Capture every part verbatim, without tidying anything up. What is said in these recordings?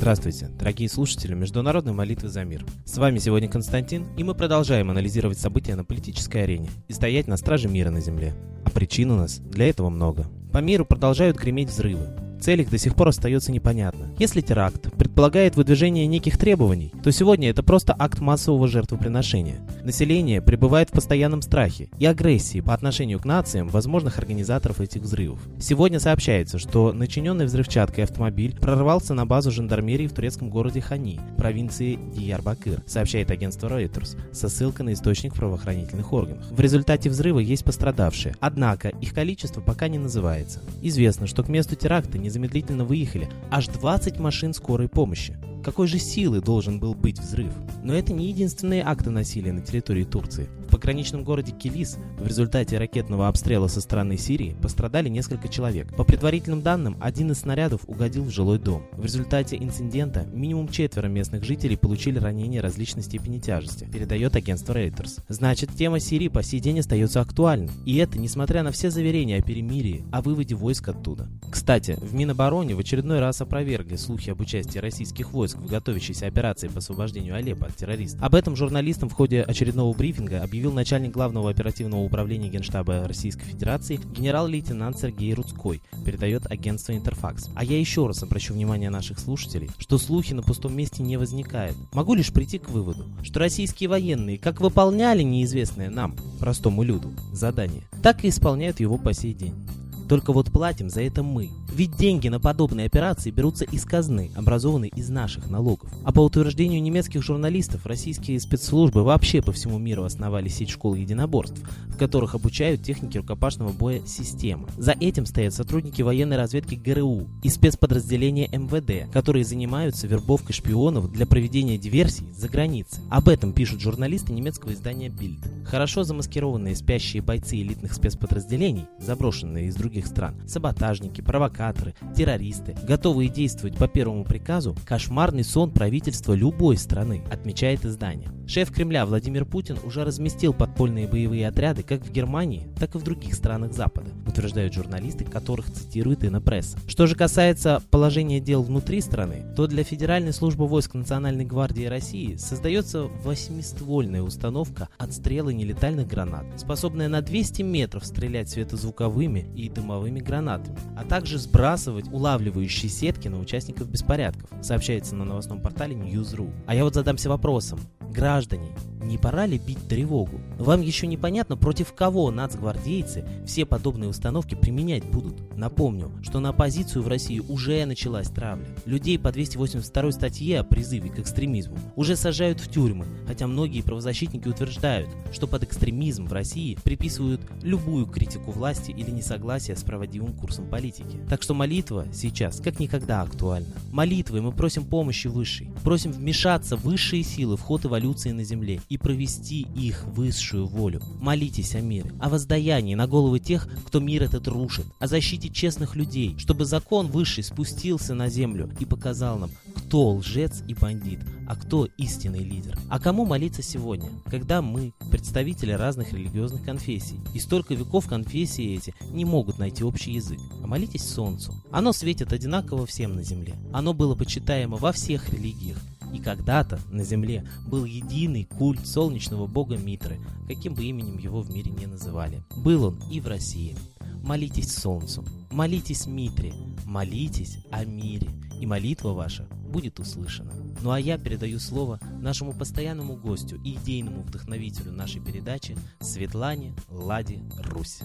Здравствуйте, дорогие слушатели Международной молитвы за мир. С вами сегодня Константин, и мы продолжаем анализировать события на политической арене и стоять на страже мира на Земле. А причин у нас для этого много. По миру продолжают греметь взрывы. Цель их до сих пор остается непонятна. Если теракт предполагает выдвижение неких требований, то сегодня это просто акт массового жертвоприношения. Население пребывает в постоянном страхе и агрессии по отношению к нациям возможных организаторов этих взрывов. Сегодня сообщается, что начиненный взрывчаткой автомобиль прорвался на базу жандармерии в турецком городе Хани, провинции Диярбакыр, сообщает агентство Reuters, со ссылкой на источник в правоохранительных органах. В результате взрыва есть пострадавшие, однако их количество пока не называется. Известно, что к месту теракта не незамедлительно выехали аж двадцать машин скорой помощи. Какой же силы должен был быть взрыв? Но это не единственные акты насилия на территории Турции. В пограничном городе Килис в результате ракетного обстрела со стороны Сирии пострадали несколько человек. По предварительным данным, один из снарядов угодил в жилой дом. В результате инцидента минимум четверо местных жителей получили ранения различной степени тяжести, передает агентство Reuters. Значит, тема Сирии по сей день остается актуальной. И это несмотря на все заверения о перемирии, о выводе войск оттуда. Кстати, в Минобороне в очередной раз опровергли слухи об участии российских войск в готовящейся операции по освобождению Алеппо от террористов. Об этом журналистам в ходе очередного брифинга объявил начальник главного оперативного управления Генштаба Российской Федерации генерал-лейтенант Сергей Рудской, передает агентство Интерфакс. А я еще раз обращу внимание наших слушателей, что слухи на пустом месте не возникают. Могу лишь прийти к выводу, что российские военные как выполняли неизвестное нам, простому люду, задание, так и исполняют его по сей день. Только вот платим за это мы. Ведь деньги на подобные операции берутся из казны, образованной из наших налогов. А по утверждению немецких журналистов, российские спецслужбы вообще по всему миру основали сеть школ единоборств, в которых обучают техники рукопашного боя системы. За этим стоят сотрудники военной разведки ГРУ и спецподразделения эм вэ дэ, которые занимаются вербовкой шпионов для проведения диверсий за границей. Об этом пишут журналисты немецкого издания Bild. Хорошо замаскированные спящие бойцы элитных спецподразделений, заброшенные из других стран, саботажники, провокаторы, террористы, готовые действовать по первому приказу, кошмарный сон правительства любой страны, отмечает издание. Шеф Кремля Владимир Путин уже разместил подпольные боевые отряды как в Германии, так и в других странах Запада, утверждают журналисты, которых цитирует инопресса. Что же касается положения дел внутри страны, то для Федеральной службы войск Национальной гвардии России создается восьмиствольная установка отстрела нелетальных гранат, способная на двести метров стрелять светозвуковыми и дымовыми гранатами, а также сбрасывать улавливающие сетки на участников беспорядков, сообщается на новостном портале ньюс точка ру. А я вот задамся вопросом. Граждане, не пора ли бить тревогу? Вам еще непонятно, против кого нацгвардейцы все подобные установки применять будут? Напомню, что на оппозицию в России уже началась травля. Людей по двести восемьдесят второй статье о призыве к экстремизму уже сажают в тюрьмы, хотя многие правозащитники утверждают, что под экстремизм в России приписывают любую критику власти или несогласие с проводимым курсом политики. Так что молитва сейчас как никогда актуальна. Молитвой мы просим помощи высшей, просим вмешаться в высшие силы в ход эволюции на Земле и провести их высшую волю. Молитесь о мире, о воздаянии на головы тех, кто мир этот рушит, о защите честных людей, чтобы закон высший спустился на землю и показал нам, кто лжец и бандит, а кто истинный лидер. А кому молиться сегодня, когда мы, представители разных религиозных конфессий, и столько веков конфессии эти не могут найти общий язык? А молитесь солнцу. Оно светит одинаково всем на земле. Оно было почитаемо во всех религиях. И когда-то на Земле был единый культ солнечного бога Митры, каким бы именем его в мире не называли. Был он и в России. Молитесь солнцу, молитесь Митре, молитесь о мире, и молитва ваша будет услышана. Ну а я передаю слово нашему постоянному гостю и идейному вдохновителю нашей передачи Светлане Ладе Русь.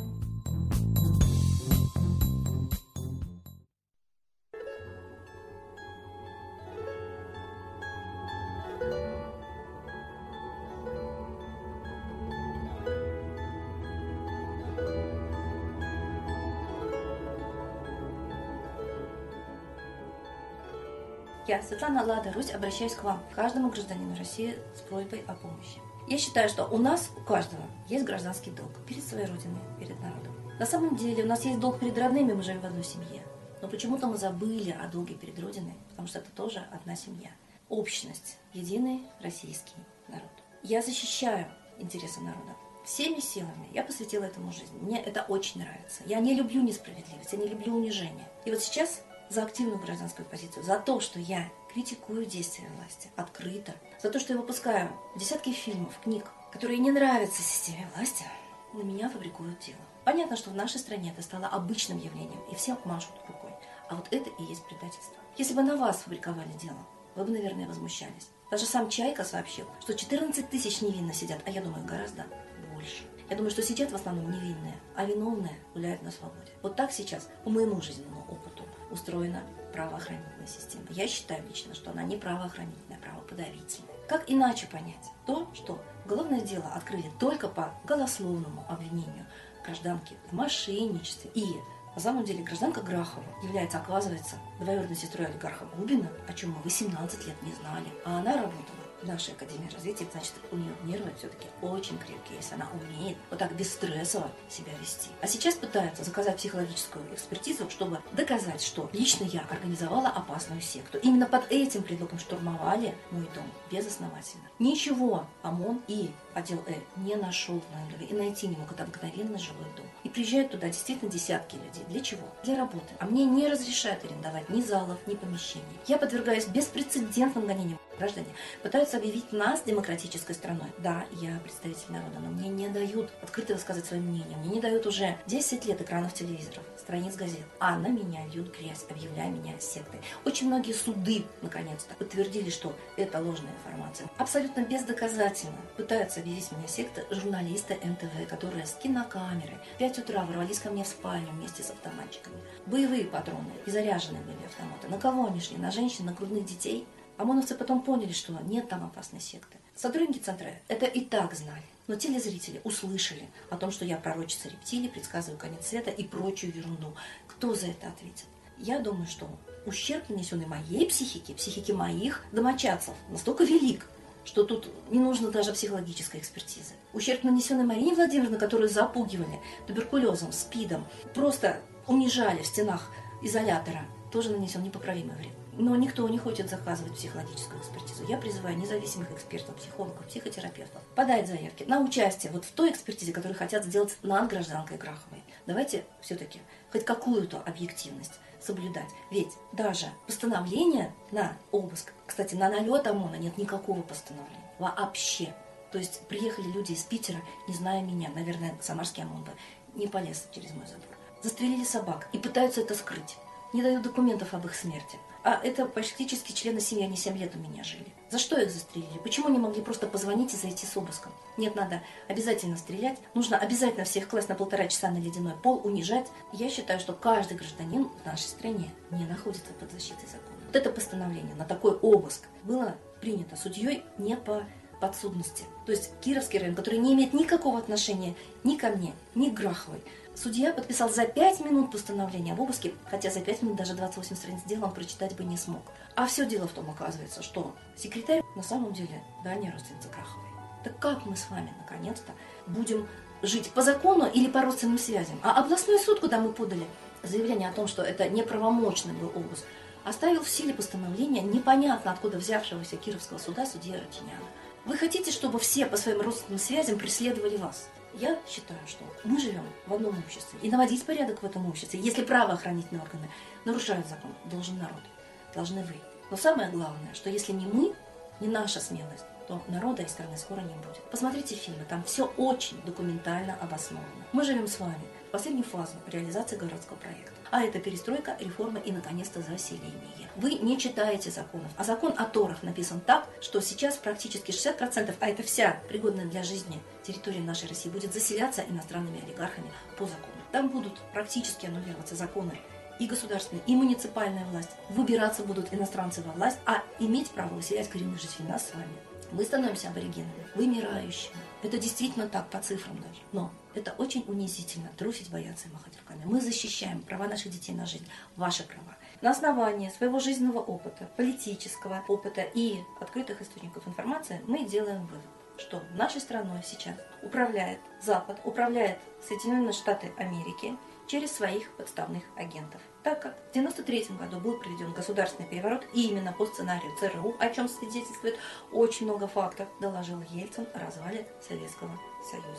Я, Светлана Лада Русь, обращаюсь к вам, каждому гражданину России, с просьбой о помощи. Я считаю, что у нас, у каждого, есть гражданский долг перед своей родиной, перед народом. На самом деле у нас есть долг перед родными, мы живем в одной семье. Но почему-то мы забыли о долге перед родиной, потому что это тоже одна семья. Общность, единый российский народ. Я защищаю интересы народа. Всеми силами я посвятила этому жизнь. Мне это очень нравится. Я не люблю несправедливость, я не люблю унижение. И вот сейчас за активную гражданскую позицию, за то, что я критикую действия власти открыто, за то, что я выпускаю десятки фильмов, книг, которые не нравятся системе власти, на меня фабрикуют дело. Понятно, что в нашей стране это стало обычным явлением, и всем машут рукой. А вот это и есть предательство. Если бы на вас фабриковали дело, вы бы, наверное, возмущались. Даже сам Чайка сообщил, что четырнадцать тысяч невинно сидят, а я думаю, гораздо больше. Я думаю, что сидят в основном невинные, а виновные гуляют на свободе. Вот так сейчас, по моему жизненному опыту, устроена правоохранительная система. Я считаю лично, что она не правоохранительная, а правоподавительная. Как иначе понять то, что уголовное дело открыли только по голословному обвинению гражданки в мошенничестве, и на самом деле гражданка Грахова является, оказывается, двоюродной сестрой олигарха Губина, о чем мы восемнадцать лет не знали, а она работала в нашей Академии развития, значит, у нее нервы все-таки очень крепкие, если она умеет вот так бесстрессово себя вести. А сейчас пытаются заказать психологическую экспертизу, чтобы доказать, что лично я организовала опасную секту. Именно под этим предлогом штурмовали мой дом безосновательно. Ничего ОМОН и отдел Э не нашел в моем доме и найти не мог. Это обыкновенно жилой дом. И приезжают туда действительно десятки людей. Для чего? Для работы. А мне не разрешают арендовать ни залов, ни помещений. Я подвергаюсь беспрецедентным гонениям. Граждане пытаются объявить нас демократической страной. Да, я представитель народа, но мне не дают открыто высказать свое мнение. Мне не дают уже десять лет экранов телевизоров, страниц газет. А на меня льют грязь, объявляя меня сектой. Очень многие суды, наконец-то, подтвердили, что это ложная информация. Абсолютно бездоказательно пытаются объявить меня сектой журналисты Эн Тэ Вэ, которые с кинокамерой в пять утра ворвались ко мне в спальню вместе с автоматчиками. Боевые патроны и заряженные были автоматы. На кого они шли? На женщин, на грудных детей? ОМОНовцы потом поняли, что нет там опасной секты. Сотрудники Центра это и так знали. Но телезрители услышали о том, что я пророчица рептилий, предсказываю конец света и прочую ерунду. Кто за это ответит? Я думаю, что ущерб, нанесенный моей психике, психике моих домочадцев, настолько велик, что тут не нужно даже психологической экспертизы. Ущерб, нанесенный Марине Владимировне, которую запугивали туберкулезом, СПИДом, просто унижали в стенах изолятора, тоже нанесен непоправимый вред. Но никто не хочет заказывать психологическую экспертизу. Я призываю независимых экспертов, психологов, психотерапевтов подать заявки на участие вот в той экспертизе, которую хотят сделать над гражданкой Граховой. Давайте все-таки хоть какую-то объективность соблюдать. Ведь даже постановление на обыск, кстати, на налет ОМОНа нет никакого постановления. Вообще. То есть приехали люди из Питера, не зная меня, наверное, самарский ОМОН бы не полез через мой забор. Застрелили собак и пытаются это скрыть. Не дают документов об их смерти. А это практически члены семьи, они семь лет у меня жили. За что их застрелили? Почему не могли просто позвонить и зайти с обыском? Нет, надо обязательно стрелять. Нужно обязательно всех класть на полтора часа на ледяной пол, унижать. Я считаю, что каждый гражданин в нашей стране не находится под защитой закона. Вот это постановление на такой обыск было принято судьей не по подсудности. То есть Кировский район, который не имеет никакого отношения ни ко мне, ни к Граховой. Судья подписал за пять минут постановление об обыске, хотя за пять минут даже двадцать восемь страниц дела он прочитать бы не смог. А все дело в том, оказывается, что секретарь на самом деле дальняя родственница Граховой. Так как мы с вами, наконец-то, будем жить по закону или по родственным связям? А областной суд, куда мы подали заявление о том, что это неправомочный был обыск, оставил в силе постановление непонятно откуда взявшегося Кировского суда судьи Арутюняна. Вы хотите, чтобы все по своим родственным связям преследовали вас? Я считаю, что мы живем в одном обществе. И наводить порядок в этом обществе, если правоохранительные органы нарушают закон, должен народ, должны вы. Но самое главное, что если не мы, не наша смелость, то народа и страны скоро не будет. Посмотрите фильмы, там все очень документально обосновано. Мы живем с вами в последнюю фазу реализации городского проекта. А это перестройка, реформа и, наконец-то, заселение. Вы не читаете законов. А закон о торах написан так, что сейчас практически шестьдесят процентов, а это вся пригодная для жизни территория нашей России, будет заселяться иностранными олигархами по закону. Там будут практически аннулироваться законы и государственная, и муниципальная власть. Выбираться будут иностранцы во власть, а иметь право выселять коренных жителей нас с вами. Мы становимся аборигенами, вымирающими. Это действительно так, по цифрам даже. Но это очень унизительно, трусить, бояться и махать руками. Мы защищаем права наших детей на жизнь, ваши права. На основании своего жизненного опыта, политического опыта и открытых источников информации мы делаем вывод, что нашей страной сейчас управляет Запад, управляет Соединенные Штаты Америки через своих подставных агентов. Так как в девяносто третьем году был проведен государственный переворот, и именно по сценарию Цэ Рэ У, о чем свидетельствует очень много фактов, доложил Ельцин о развале Советского Союза.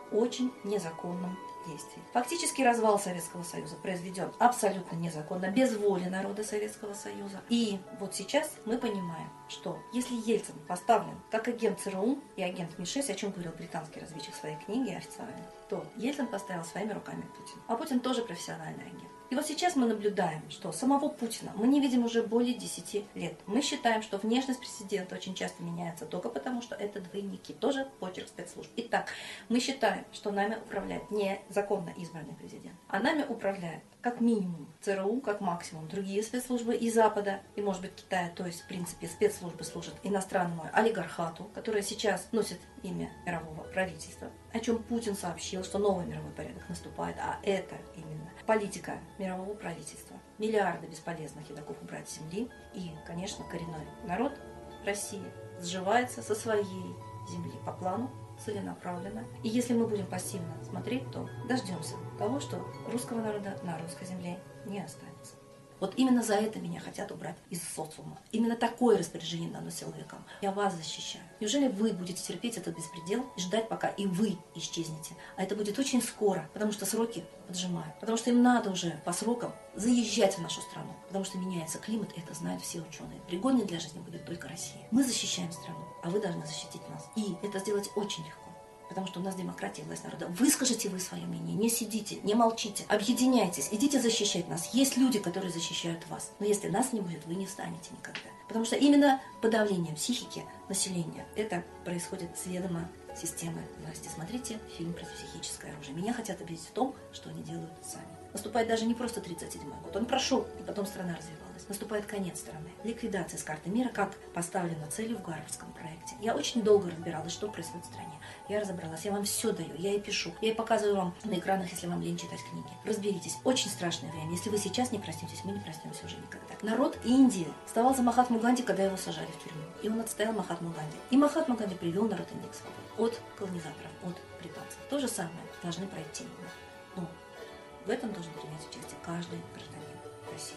очень незаконном действии. Фактически развал Советского Союза произведен абсолютно незаконно, без воли народа Советского Союза. И вот сейчас мы понимаем, что если Ельцин поставлен как агент ЦРУ и агент Ми шесть, о чем говорил британский разведчик в своей книге официально, то Ельцин поставил своими руками Путина. А Путин тоже профессиональный агент. И вот сейчас мы наблюдаем, что самого Путина мы не видим уже более десяти лет. Мы считаем, что внешность президента очень часто меняется только потому, что это двойники. Тоже почерк спецслужб. Итак, мы считаем, что нами управляет не законно избранный президент, а нами управляет как минимум ЦРУ, как максимум другие спецслужбы и Запада, и может быть Китая. То есть, в принципе, спецслужбы служат иностранному олигархату, которое сейчас носит имя мирового правительства, о чем Путин сообщил, что новый мировой порядок наступает, а это именно политика мирового правительства. Миллиарды бесполезных едоков убрать с земли, и, конечно, коренной народ России сживается со своей земли по плану, целенаправленно. И если мы будем пассивно смотреть, то дождемся того, что русского народа на русской земле не останется. Вот именно за это меня хотят убрать из социума. Именно такое распоряжение дано силовикам. Я вас защищаю. Неужели вы будете терпеть этот беспредел и ждать, пока и вы исчезнете? А это будет очень скоро, потому что сроки поджимают. Потому что им надо уже по срокам заезжать в нашу страну. Потому что меняется климат, и это знают все ученые. Пригодной для жизни будет только Россия. Мы защищаем страну, а вы должны защитить нас. И это сделать очень легко. Потому что у нас демократия, власть народа. Выскажите вы свое мнение, не сидите, не молчите, объединяйтесь, идите защищать нас. Есть люди, которые защищают вас. Но если нас не будет, вы не встанете никогда. Потому что именно подавление психики населения, это происходит с ведома системы власти. Смотрите фильм про психическое оружие. Меня хотят убедить в том, что они делают сами. Наступает даже не просто тридцать седьмой год, он прошел, и потом страна развивалась. Наступает конец страны. Ликвидация с карты мира, как поставлена целью в Гарвардском проекте. Я очень долго разбиралась, что происходит в стране. Я разобралась, я вам все даю, я и пишу. Я и показываю вам на экранах, если вам лень читать книги. Разберитесь, очень страшное время. Если вы сейчас не проснетесь, мы не проснемся уже никогда. Народ Индии вставал за Махатму Ганди, когда его сажали в тюрьму. И он отстоял Махатму Ганди. И Махатма Ганди привел народ Индии к свободе от колонизаторов, от британцев. То же самое должны пройти. Но в этом должен принять участие каждый гражданин России.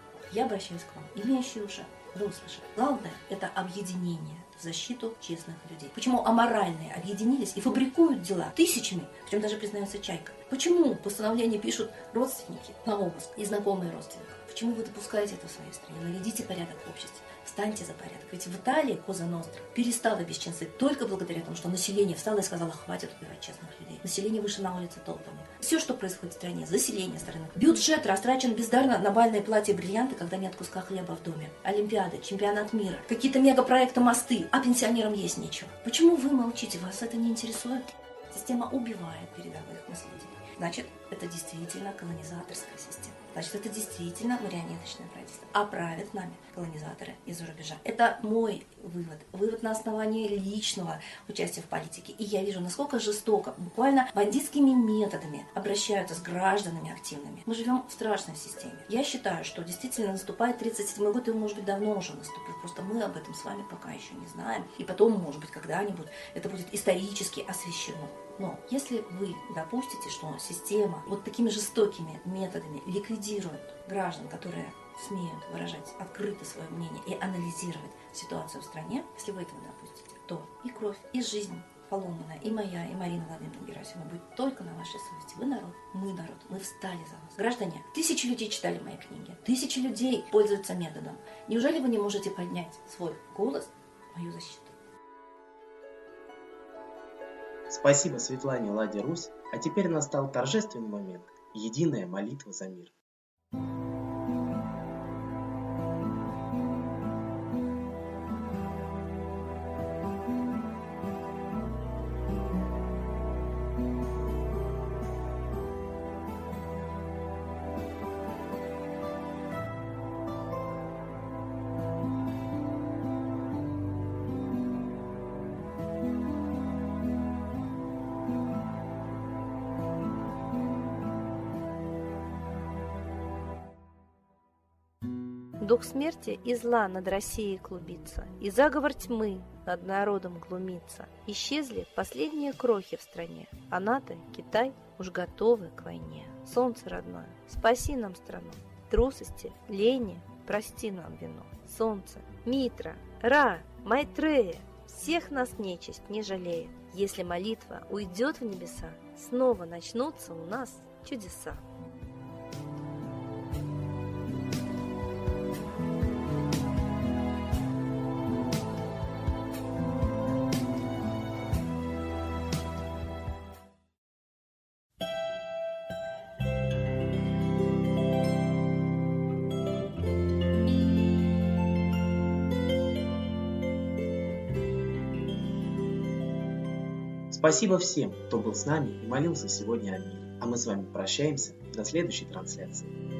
Я обращаюсь к вам, имеющие уши, вы услышали. Главное – это объединение в защиту честных людей. Почему аморальные объединились и фабрикуют дела тысячами, в чем даже признается Чайка? Почему постановление пишут родственники на обыск и знакомые родственников? Почему вы допускаете это в своей стране? Наведите порядок в обществе. Встаньте за порядок. Ведь в Италии Коза Ностра перестала бесчинствовать только благодаря тому, что население встало и сказало: хватит убивать честных людей. Население вышло на улицы толпами. Все, что происходит в стране, заселение страны. Бюджет растрачен бездарно на бальные платья и бриллианты, когда нет куска хлеба в доме. Олимпиады, чемпионат мира, какие-то мегапроекты, мосты, а пенсионерам есть нечего. Почему вы молчите? Вас это не интересует? Система убивает передовых мыслителей. Значит, это действительно колонизаторская система. Значит, это действительно марионеточное правительство. А правят нами колонизаторы из-за рубежа. Это мой вывод. Вывод на основании личного участия в политике. И я вижу, насколько жестоко, буквально бандитскими методами обращаются с гражданами активными. Мы живем в страшной системе. Я считаю, что действительно наступает тридцать седьмой год, и он, может быть, давно уже наступил. Просто мы об этом с вами пока еще не знаем. И потом, может быть, когда-нибудь это будет исторически освещено. Но если вы допустите, что система вот такими жестокими методами ликвидирует граждан, которые смеют выражать открыто свое мнение и анализировать ситуацию в стране, если вы этого допустите, то и кровь, и жизнь поломанная, и моя, и Марина Владимировна Герасимова будет только на вашей совести. Вы народ, мы народ, мы встали за вас. Граждане, тысячи людей читали мои книги, тысячи людей пользуются методом. Неужели вы не можете поднять свой голос в мою защиту? Спасибо Светлане Ладе Русь, а теперь настал торжественный момент – единая молитва за мир. Дух смерти и зла над Россией клубится, и заговор тьмы над народом глумится. Исчезли последние крохи в стране, а НАТО, Китай уж готовы к войне. Солнце родное, спаси нам страну, трусости, лени, прости нам вину. Солнце, Митра, Ра, Майтрея, всех нас нечисть не жалеет. Если молитва уйдет в небеса, снова начнутся у нас чудеса. Спасибо всем, кто был с нами и молился сегодня о мире. А мы с вами прощаемся до следующей трансляции.